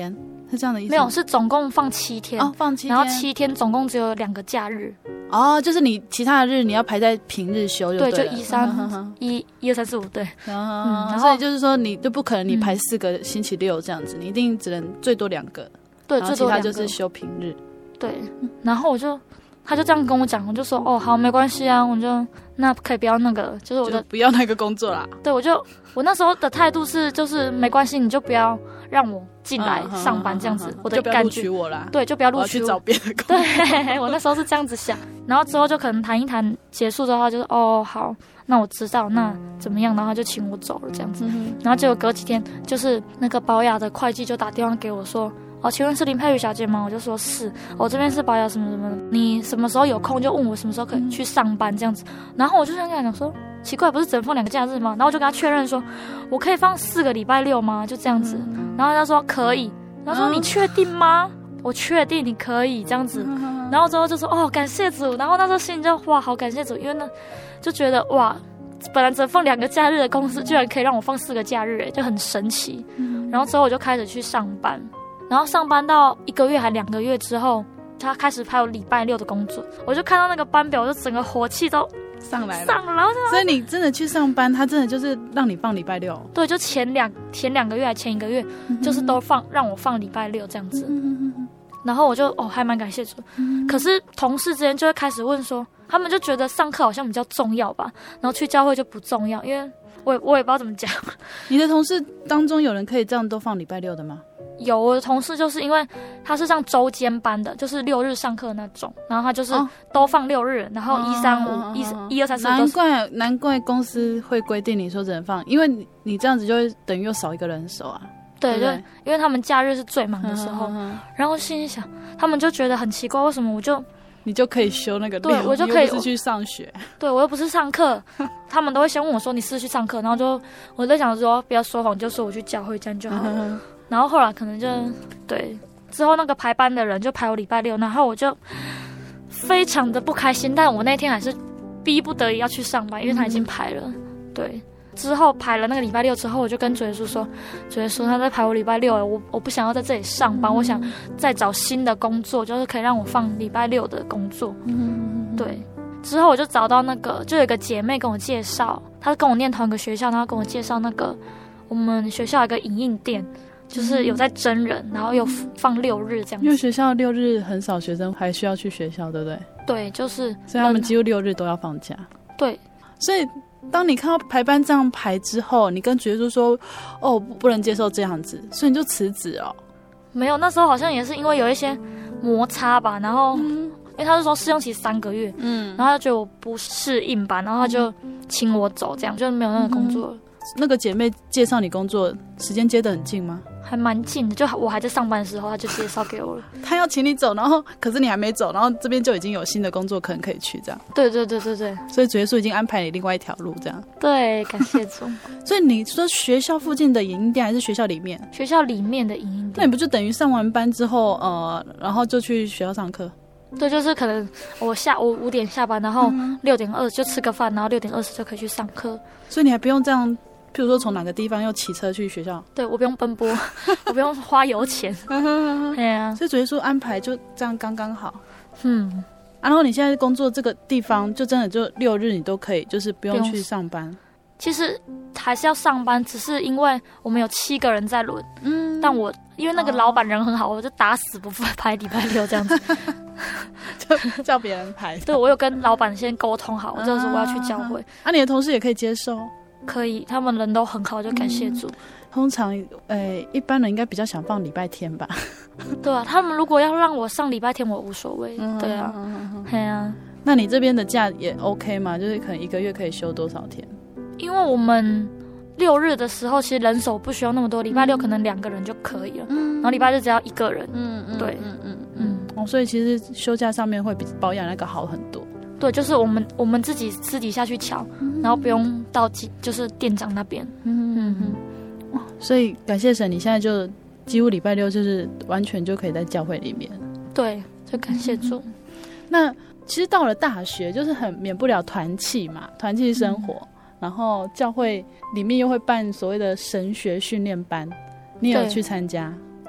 是这样的意思？ 没有，是总共放7天哦，放7天， 然后7天总共只有2个假日。 哦，就是你其他的日你要排在平日休就对了， 对，就1、3、1、2、3、4、5，对。 然后所以就是说你就不可能你排4个星期六这样子，你一定只能最多2个， 对，最多2个， 其他就是休平日。 对，然后他就这样跟我讲，我就说哦好，没关系啊，我就那可以不要那个，就是我就不要那个工作啦。 对，我那时候的态度是就是没关系，你就不要让我进来上班这样子，我的感觉就不要录取我啦。 对，就不要录取我， 我要去找别的工作。 对，我那时候是这样子想，然后之后就可能谈一谈结束之后，就是哦好，那我知道，那怎么样，然后他就请我走了这样子，然后结果隔几天，就是那个保雅的会计就打电话给我说。哦，请问是林佩瑜小姐吗？我就说是，我这边是保雅什么什么的，你什么时候有空就问我什么时候可以去上班这样子。然后我就跟他讲说，奇怪，不是只能放2个假日吗？然后我就跟他确认说，我可以放4个礼拜六吗？就这样子。然后他说可以，他说你确定吗？我确定你可以这样子。然后之后就说哦，感谢主。然后那时候心里就哇，好感谢主，因为呢就觉得哇，本来只能放2个假日的公司，居然可以让我放4个假日，就很神奇。然后之后我就开始去上班。然后上班到1个月还2个月之后，他开始排我礼拜六的工作，我就看到那个班表，我就整个火气都上来了。 所以你真的去上班，他真的就是让你放礼拜六。 对，就前2个月还前1个月，就是都让我放礼拜六这样子。然后我就还蛮感谢主。可是同事之间就会开始问说，他们就觉得上课好像比较重要吧，然后去教会就不重要，因为我也不知道怎么讲。 你的同事当中有人可以这样都放礼拜六的吗？ 有，我的同事就是因为他是上周间班的，就是6日上课那种，然后他就是都放6日，然后1、3、5、1、2、3、4。 难怪公司会规定你说只能放，因为你这样子就会等于又少一个人手啊。 对，就因为他们假日是最忙的时候，然后心里想，他们就觉得很奇怪，为什么你就可以休那个六， 对，我就可以， 又不是去上学， 对我又不是上课，他们都会先问我说你是去上课，然后我在想说不要说谎，就说我去教会，这样就好了。然后后来可能就对，之后那个排班的人就排我礼拜六，然后我就非常的不开心，但我那天还是逼不得已要去上班，因为他已经排了。对，之后排了那个礼拜六之后，我就跟主耶稣说，主耶稣他在排我礼拜六，我不想要在这里上班，我想再找新的工作，就是可以让我放礼拜六的工作。对，之后我就找到那个，就有一个姐妹跟我介绍，她跟我念同一个学校，她跟我介绍那个我们学校有一个影印店。就是有在真人，然后又放6日这样子。 因为学校6日很少学生还需要去学校，对不对？ 对，就是所以他们几乎6日都要放假。 对， 所以当你看到排班这样排之后，你跟主耶稣说哦不能接受这样子，所以你就辞职哦？ 没有，那时候好像也是因为有一些摩擦吧，然后因为他是说试用期3个月，然后他觉得我不适应吧，然后他就请我走，这样就没有那个工作了。 那个姐妹介绍你工作时间接得很近吗？ 还蛮近的，就我还在上班的时候，他就介绍给我了。 他要请你走，然后可是你还没走，然后这边就已经有新的工作可能可以去这样。 对， 所以主耶稣已经安排你另外一条路这样。 对，感谢主。 所以你说学校附近的影音店还是学校里面？ 学校里面的影音店。 那你不就等于上完班之后然后就去学校上课？ 对，就是可能我5点下班，然后6点20就吃个饭，然后6点20就可以去上课。 所以你还不用这样。譬如说从哪个地方又骑车去学校？ 对，我不用奔波，我不用花油钱。对啊， 所以主耶稣安排就这样刚刚好。然后你现在工作这个地方，就真的就6日你都可以，就是不用去上班。 其实还是要上班，只是因为我们有7个人在轮，但我因为那个老板人很好，我就打死不排礼拜六这样子， 就叫别人排。 对，我有跟老板先沟通好，就是我要去教会。 你的同事也可以接受？ 可以，他们人都很好，就感谢主。 通常一般人应该比较想放礼拜天吧。 对啊，他们如果要让我上礼拜天，我无所谓。对啊，对啊。 那你这边的假也 OK 吗？就是可能1个月可以休多少天？ 因为我们6日的时候，其实人手不需要那么多，礼拜六可能2个人就可以了，然后礼拜日只要1个人。对， 所以其实休假上面会比保养那个好很多。 对，就是我们自己私底下去瞧，然后不用到就是店长那边。 所以感谢神，你现在就几乎礼拜六就是完全就可以在教会里面。 对，就感谢主。 那其实到了大学，就是很免不了团契嘛，团契生活，然后教会里面又会办所谓的神学训练班，你有去参加？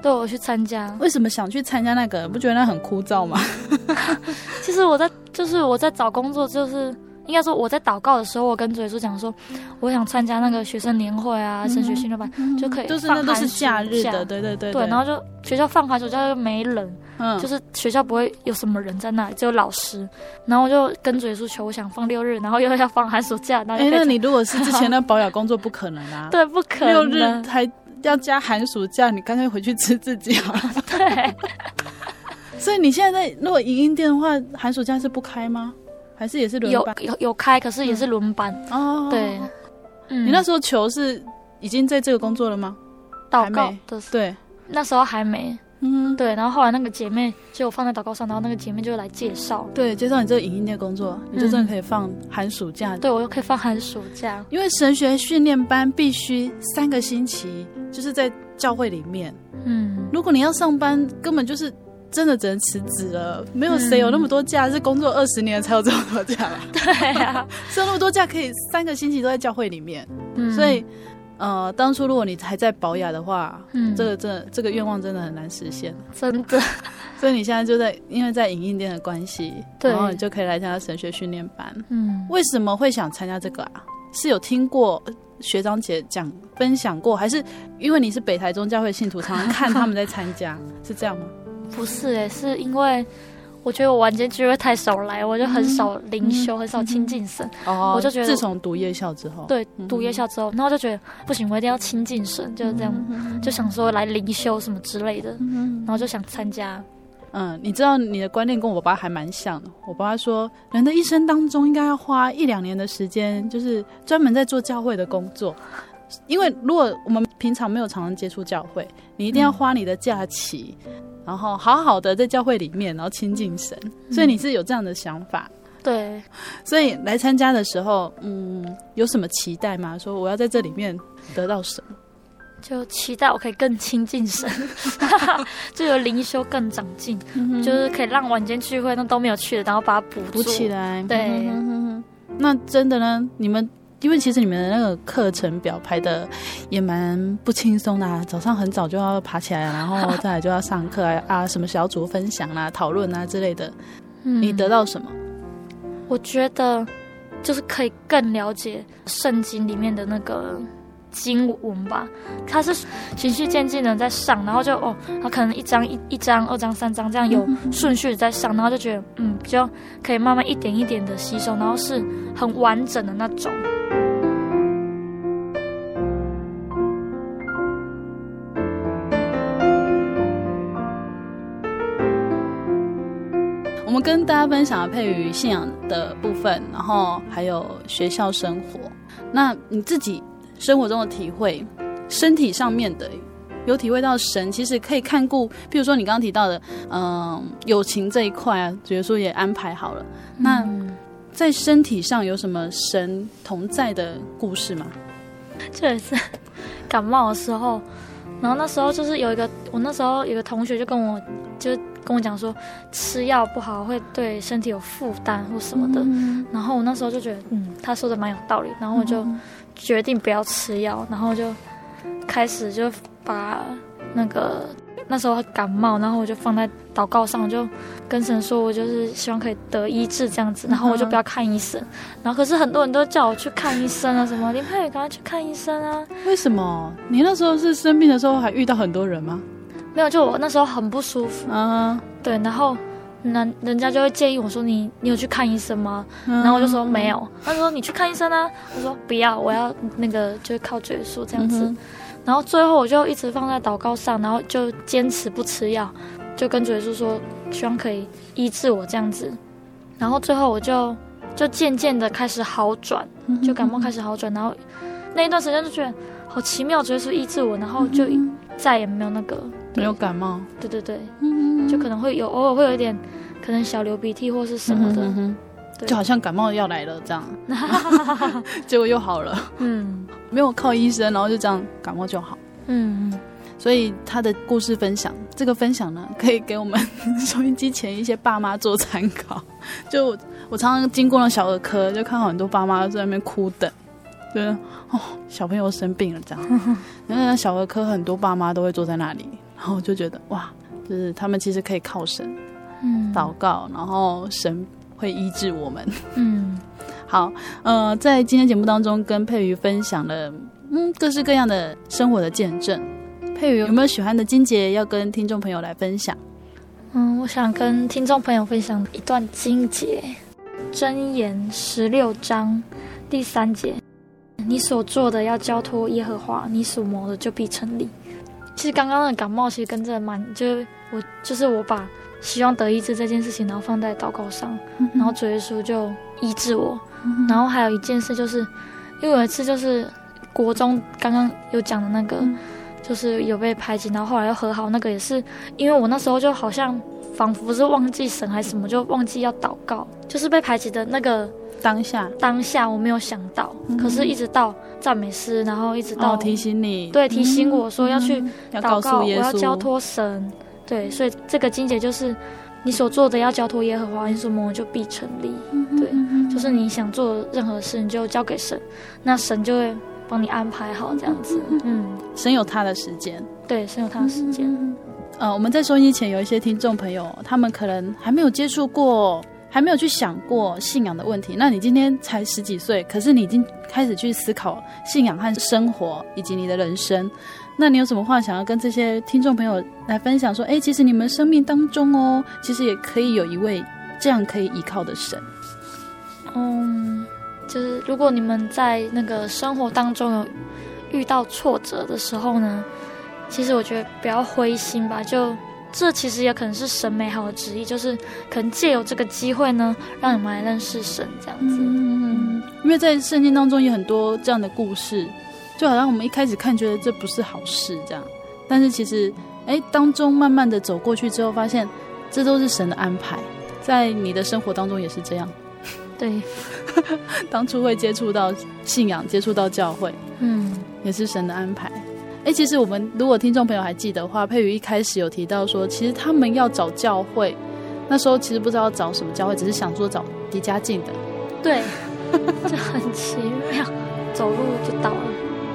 对，我去参加。 为什么想去参加那个？不觉得那很枯燥吗？ 其实我在找工作，就是应该说我在祷告的时候，我跟主耶稣讲说，我想参加那个学生年会啊，神学训练班，就可以就是放那都是寒暑假日的，对， 然后就学校放寒暑假就没人，就是学校不会有什么人在那里，只有老师。然后我就跟主耶稣求，我想放6日，然后又要放寒暑假，然后那你如果是之前那保雅工作，不可能啊， 对，不可能 ，6日还要加寒暑假，你干脆回去吃自己好了。 对。 所以你现在如果影音店的话，寒暑假是不开吗？还是也是轮班？ 有开，可是也是轮班。 哦， 对。 你那时候求是已经在这个工作了吗？ 祷告的时候， 对， 那时候还没。对，然后后来那个姐妹就我放在祷告上，然后那个姐妹就来介绍， 对，介绍你这个影音店工作，你就真的可以放寒暑假。 对，我又可以放寒暑假， 因为神学训练班必须3个星期，就是在教会里面。如果你要上班，根本就是真的只能辞职了，没有谁有那么多假，是工作20年才有这么多假吧？ 对啊， 是有那么多假可以3个星期都在教会里面，所以。当初如果你还在保雅的话，这个愿望真的很难实现， 真的。 所以你现在就因为在影音店的关系，然后你就可以来参加神学训练班。为什么会想参加这个啊？是有听过学长姐分享过，还是因为你是北台中教会信徒，常常看他们在参加，是这样吗？ 不是是因为。我觉得我晚间聚会太少来，我就很少灵修，很少亲近神。我就觉得自从读夜校之后， 对，读夜校之后，然后就觉得不行，我一定要亲近神，就是这样，就想说来灵修什么之类的，然后就想参加。 你知道你的观念跟我爸还蛮像的。我爸说，人的一生当中应该要花1-2年的时间，就是专门在做教会的工作。因为如果我们平常没有常常接触教会，你一定要花你的假期。然后好好的在教会里面，然后亲近神，所以你是有这样的想法。 对， 所以来参加的时候，有什么期待吗？说我要在这里面得到什么？ 就期待我可以更亲近神，就有灵修更长进，就是可以让晚间聚会那都没有去的，然后把它补起来。 对， 那真的呢？你们？因为其实你们的那个课程表排的也蛮不轻松的啊，早上很早就要爬起来，然后再来就要上课啊，什么小组分享啊、讨论啊之类的。你得到什么？ 我觉得就是可以更了解圣经里面的那个经文吧，它是循序渐进的在上，然后就它可能1章、2章、3章这样有顺序在上，然后就觉得就可以慢慢一点一点的吸收，然后是很完整的那种。 我们跟大家分享了佩瑜信仰的部分，然后还有学校生活。那你自己生活中的体会，身体上面的有体会到神其实可以看顾，譬如说你刚刚提到的友情这一块啊，主耶稣也安排好了。那在身体上有什么神同在的故事吗？ 这也是感冒的时候，然后那时候就是我那时候有个同学就跟我讲说，吃药不好会对身体有负担或什么的，然后我那时候就觉得他说的蛮有道理，然后我就决定不要吃药，然后就开始就把那时候感冒，然后我就放在祷告上，我就跟神说，我就是希望可以得医治这样子，然后我就不要看医生。然后可是很多人都叫我去看医生啊，什么林佩瑜赶快去看医生啊。为什么？你那时候是生病的时候还遇到很多人吗？ 没有，就我那时候很不舒服对，然后人家就会建议我说你有去看医生吗？然后我就说没有，他说你去看医生啊，我说不要，我要就是靠主耶稣这样子。然后最后我就一直放在祷告上，然后就坚持不吃药，就跟主耶稣说希望可以医治我这样子。然后最后我就渐渐的开始好转，就感冒开始好转，然后那一段时间就觉得好奇妙，主耶稣医治我，然后就再也没有没有感冒。对对对，就可能会偶尔会有一点可能小流鼻涕或是什么的， 就好像感冒要来了这样结果又好了。没有靠医生，然后就这样感冒就好。所以他的故事分享，这个分享呢，可以给我们收音机前一些爸妈做参考。就我常常经过了小儿科，就看到很多爸妈在那边哭等，就是小朋友生病了这样。因为小儿科很多爸妈都会坐在那里， 然后我就觉得哇，就是他们其实可以靠神祷告，然后神会医治我们。好，在今天节目当中跟佩瑜分享了各式各样的生活的见证。佩瑜有没有喜欢的经节要跟听众朋友来分享？ 我想跟听众朋友分享一段经节，箴言16章第3节，你所做的要交托耶和华，你所谋的就必成立。其实刚刚的感冒其实跟这就是我把希望得医治这件事情然后放在祷告上，然后主耶稣就医治我。然后还有一件事，就是因为有一次就是国中刚刚有讲的那个，就是有被排挤，然后后来又和好，那个也是因为我那时候就好像仿佛是忘记神还是什么，就忘记要祷告，就是被排挤的那个当下我没有想到，可是一直到赞美诗，然后一直到提醒你， 对，提醒我说要去祷告， 我要交托神。对，所以这个经节就是你所做的要交托耶和华，你所谋的就必成立。对，就是你想做任何事你就交给神，那神就会帮你安排好这样子。 神有他的时间。 对，神有他的时间。 我们在收音机前有一些听众朋友，他们可能还没有接触过，还没有去想过信仰的问题。那你今天才10几岁，可是你已经开始去思考信仰和生活以及你的人生。那你有什么话想要跟这些听众朋友来分享说，其实你们生命当中其实也可以有一位这样可以依靠的神。 就是如果你们在那个生活当中有遇到挫折的时候呢，其实我觉得不要灰心吧，就这其实也可能是神美好的旨意，就是可能借由这个机会呢，让你们来认识神这样子。 因为在圣经当中有很多这样的故事，就好像我们一开始看觉得这不是好事这样，但是其实当中慢慢的走过去之后，发现这都是神的安排，在你的生活当中也是这样。 对， 当初会接触到信仰，接触到教会，也是神的安排。其实我们如果听众朋友还记得的话，佩瑜一开始有提到说，其实他们要找教会，那时候其实不知道找什么教会，只是想说找离家近的。 对，这很奇妙，走路就到了。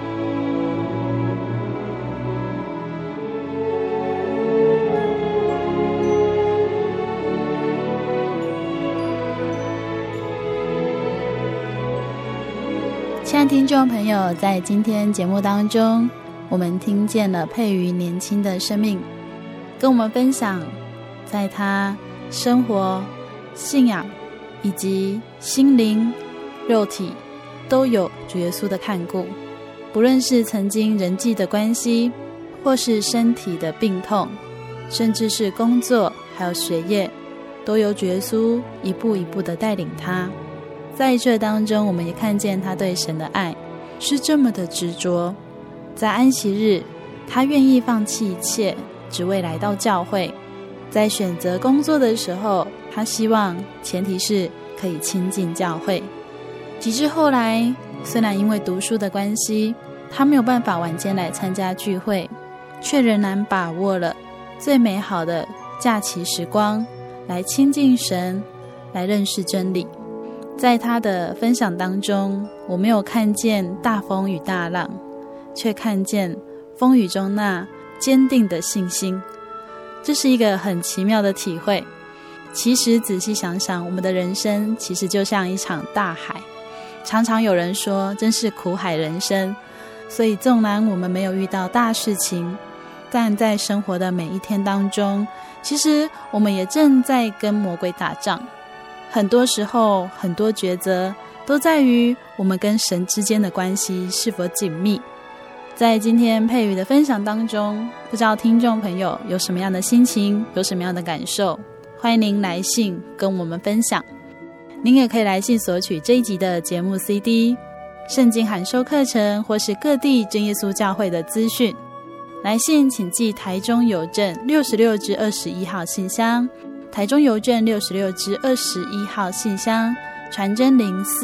亲爱的听众朋友，在今天节目当中，我们听见了佩瑜年轻的生命，跟我们分享在他生活、信仰以及心灵、肉体都有主耶稣的看顾，不论是曾经人际的关系，或是身体的病痛，甚至是工作还有学业，都有主耶稣一步一步的带领他。在这当中，我们也看见他对神的爱是这么的执着。在安息日，他愿意放弃一切，只为来到教会。在选择工作的时候，他希望前提是可以亲近教会。及至后来，虽然因为读书的关系，他没有办法晚间来参加聚会，却仍然把握了最美好的假期时光，来亲近神，来认识真理。在他的分享当中，我没有看见大风与大浪，却看见风雨中那坚定的信心。这是一个很奇妙的体会。其实仔细想想，我们的人生其实就像一场大海，常常有人说真是苦海人生。所以纵然我们没有遇到大事情，但在生活的每一天当中，其实我们也正在跟魔鬼打仗。很多时候，很多抉择都在于我们跟神之间的关系是否紧密。在今天佩瑜的分享当中，不知道听众朋友有什么样的心情，有什么样的感受，欢迎您来信跟我们分享。您也可以来信索取这一集的节目 CD、 圣经函授课程，或是各地真耶稣教会的资讯。来信请寄台中邮政66支21号信箱，台中邮政66支21号信箱，传真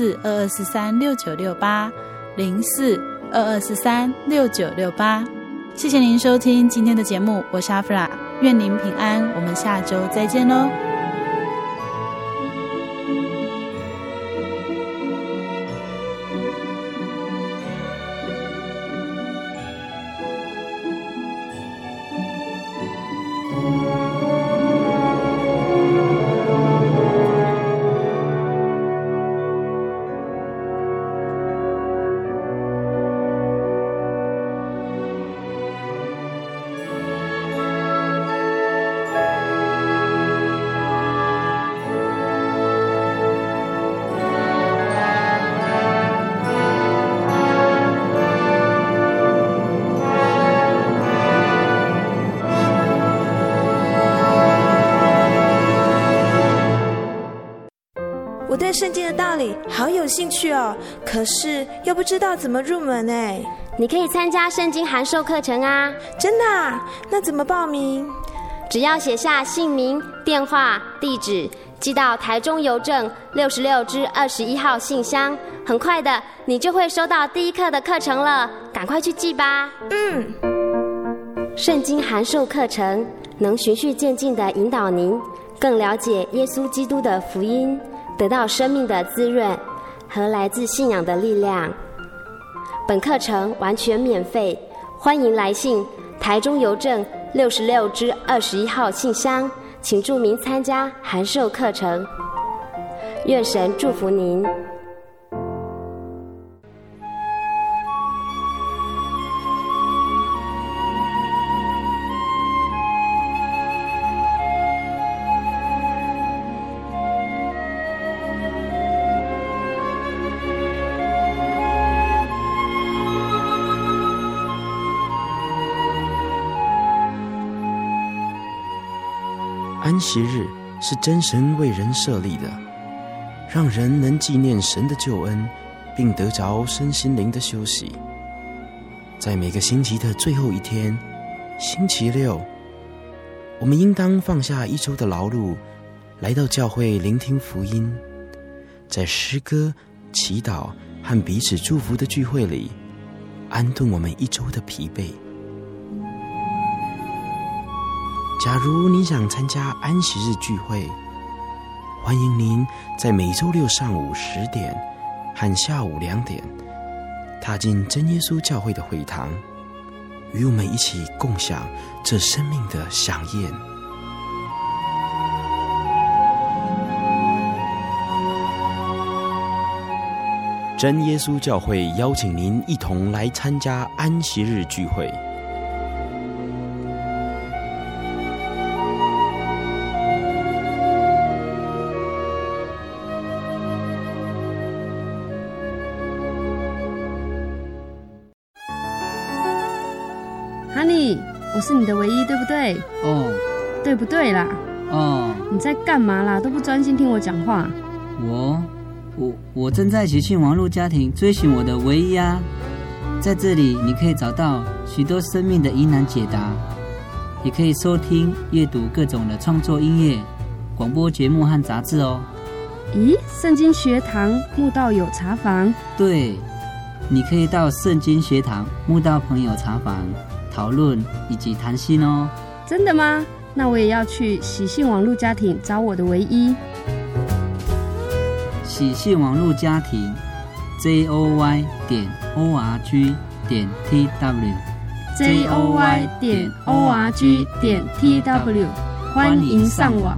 0422436968 0422436968。谢谢您收听今天的节目，我是阿弗拉，愿您平安，我们下周再见喽。 念圣经的道理好有兴趣哦，可是又不知道怎么入门哎。 你可以参加圣经函授课程啊。 真的啊？那怎么报名？ 只要写下姓名、电话、地址，寄到台中邮政66支21号信箱，很快的你就会收到第一课的课程了，赶快去寄吧。圣经函授课程能循序渐进地引导您更了解耶稣基督的福音，得到生命的滋润和来自信仰的力量。本课程完全免费，欢迎来信台中邮政66支21号信箱，请注明参加函授课程。愿神祝福您。 安息日是真神为人设立的，让人能纪念神的救恩，并得着身心灵的休息。在每个星期的最后一天，星期六，我们应当放下一周的劳碌，来到教会聆听福音，在诗歌、祈祷和彼此祝福的聚会里，安顿我们一周的疲惫。假如你想参加安息日聚会，欢迎您在每周六上午10点和下午2点踏进真耶稣教会的会堂，与我们一起共享这生命的飨宴。真耶稣教会邀请您一同来参加安息日聚会。 哈尼，我是你的唯一，对不对？ 哦。 对不对啦？ 哦。 你在干嘛啦？都不专心听我讲话。 我正在喜讯网络家庭追寻我的唯一啊！在这里，你可以找到许多生命的疑难解答，也可以收听、阅读各种的创作音乐、广播节目和杂志哦。 咦，圣经学堂慕道友茶房？ 对，你可以到圣经学堂慕道朋友茶房讨论以及谈心哦。 真的吗？那我也要去喜讯网络家庭找我的唯一。 喜讯网络家庭 joy.org.tw joy.org.tw 欢迎上网。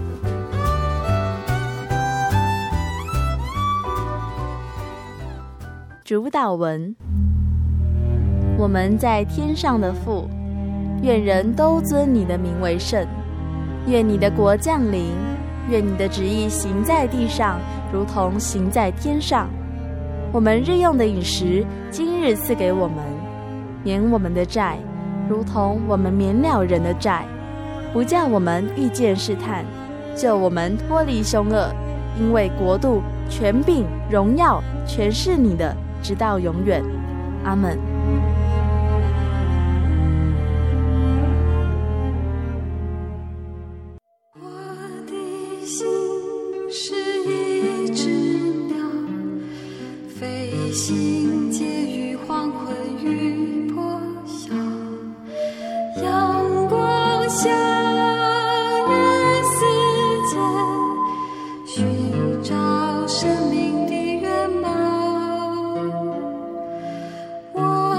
主祷文：我们在天上的父，愿人都尊你的名为圣，愿你的国降临，愿你的旨意行在地上，如同行在天上。我们日用的饮食，今日赐给我们，免我们的债，如同我们免了人的债，不叫我们遇见试探，救我们脱离凶恶。因为国度、权柄、荣耀，全是你的，直到永远。阿们。 心结于黄昏与破晓，阳光下日世间，寻找生命的原貌。我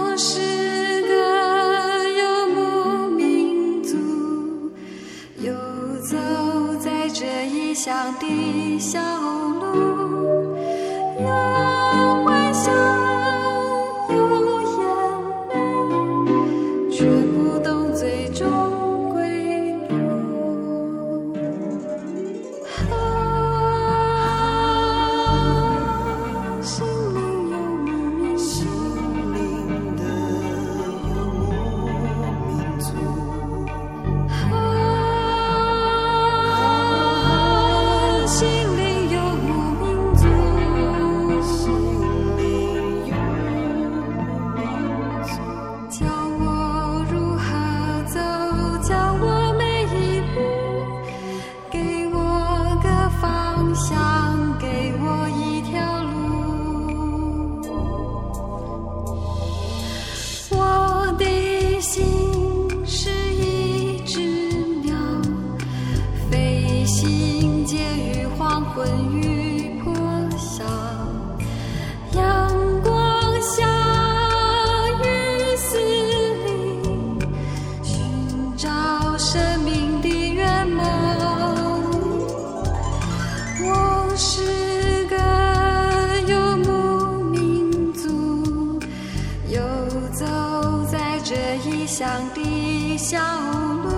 理想的小路。